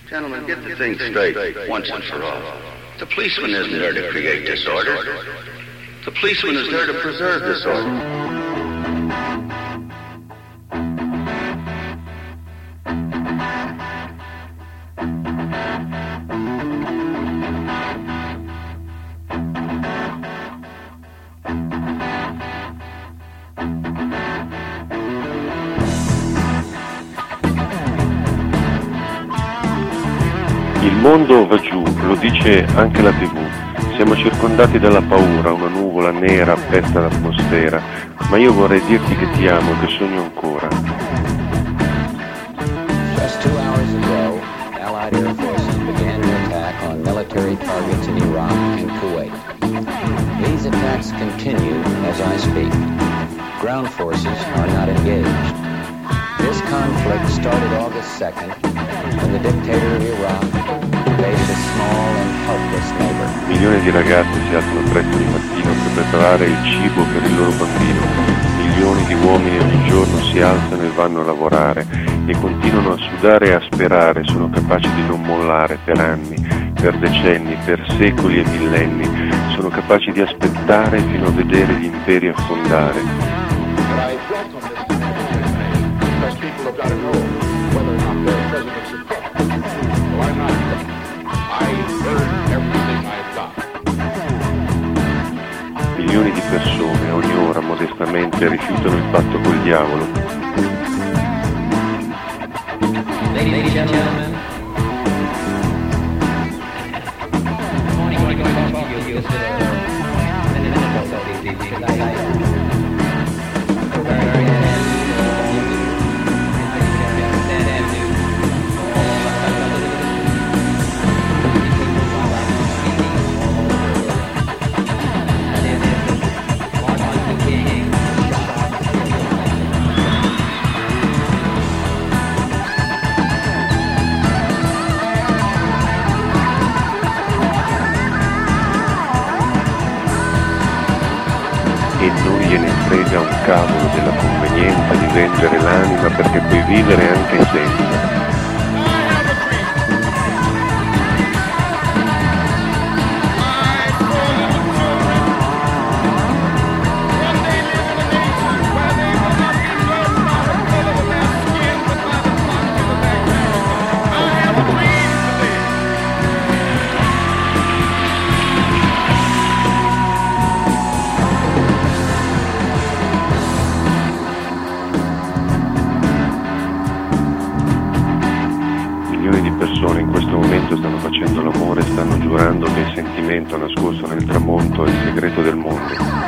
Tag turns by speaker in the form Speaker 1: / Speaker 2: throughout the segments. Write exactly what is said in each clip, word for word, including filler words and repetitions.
Speaker 1: Gentlemen, get the thing straight once and for all. The policeman isn't there to create disorder. The policeman is there to preserve disorder.
Speaker 2: Il mondo va giù, lo dice anche la tivù. Siamo circondati dalla paura, una nuvola nera appesta l'atmosfera, ma io vorrei dirti che ti amo e che sogno ancora.
Speaker 3: Just two hours ago, Allied Air Forces began an attack on military targets in Iraq and Kuwait. These attacks continue as I speak. Ground forces are not engaged. This conflict started August second when the dictator of Iraq invaded a small and helpless neighbor.
Speaker 2: Milioni di ragazzi si alzano presto di mattino per preparare il cibo per il loro bambino. Milioni di uomini ogni giorno si alzano e vanno a lavorare e continuano a sudare e a sperare, sono capaci di non mollare per anni, per decenni, per secoli e millenni. Sono capaci di aspettare fino a vedere gli imperi affondare. Milioni di persone ogni ora modestamente rifiutano il patto col diavolo.
Speaker 4: Ladies and gentlemen, morning, morning, morning, morning, you
Speaker 2: E non gliene frega un cavolo della convenienza di vendere l'anima perché puoi vivere anche senza. Persone in questo momento stanno facendo l'amore, stanno giurando che il sentimento nascosto nel tramonto è il segreto del mondo.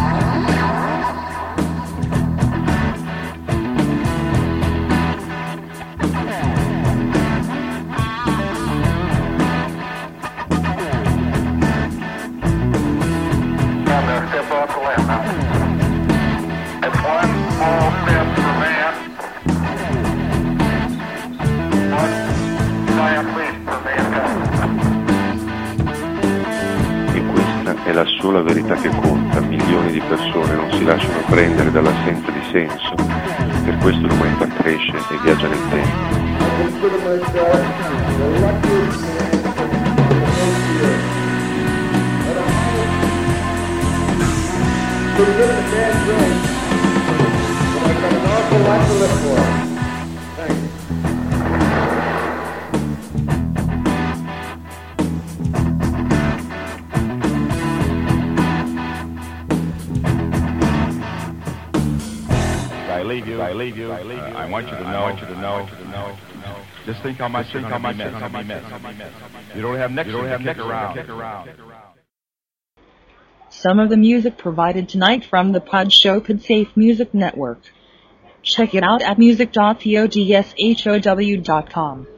Speaker 2: È la sola verità che conta, milioni di persone non si lasciano prendere dall'assenza di senso, per questo l'umanità cresce e viaggia nel tempo.
Speaker 5: I leave you. I leave you. I leave you. Uh, I want you to know. I want you to know. Just think how much. Think how much you're going to be missed. You don't have next. You don't have next around.
Speaker 6: Some of the music provided tonight from the Pod Show PodSafe Music Network. Check it out at music dot podshow dot com.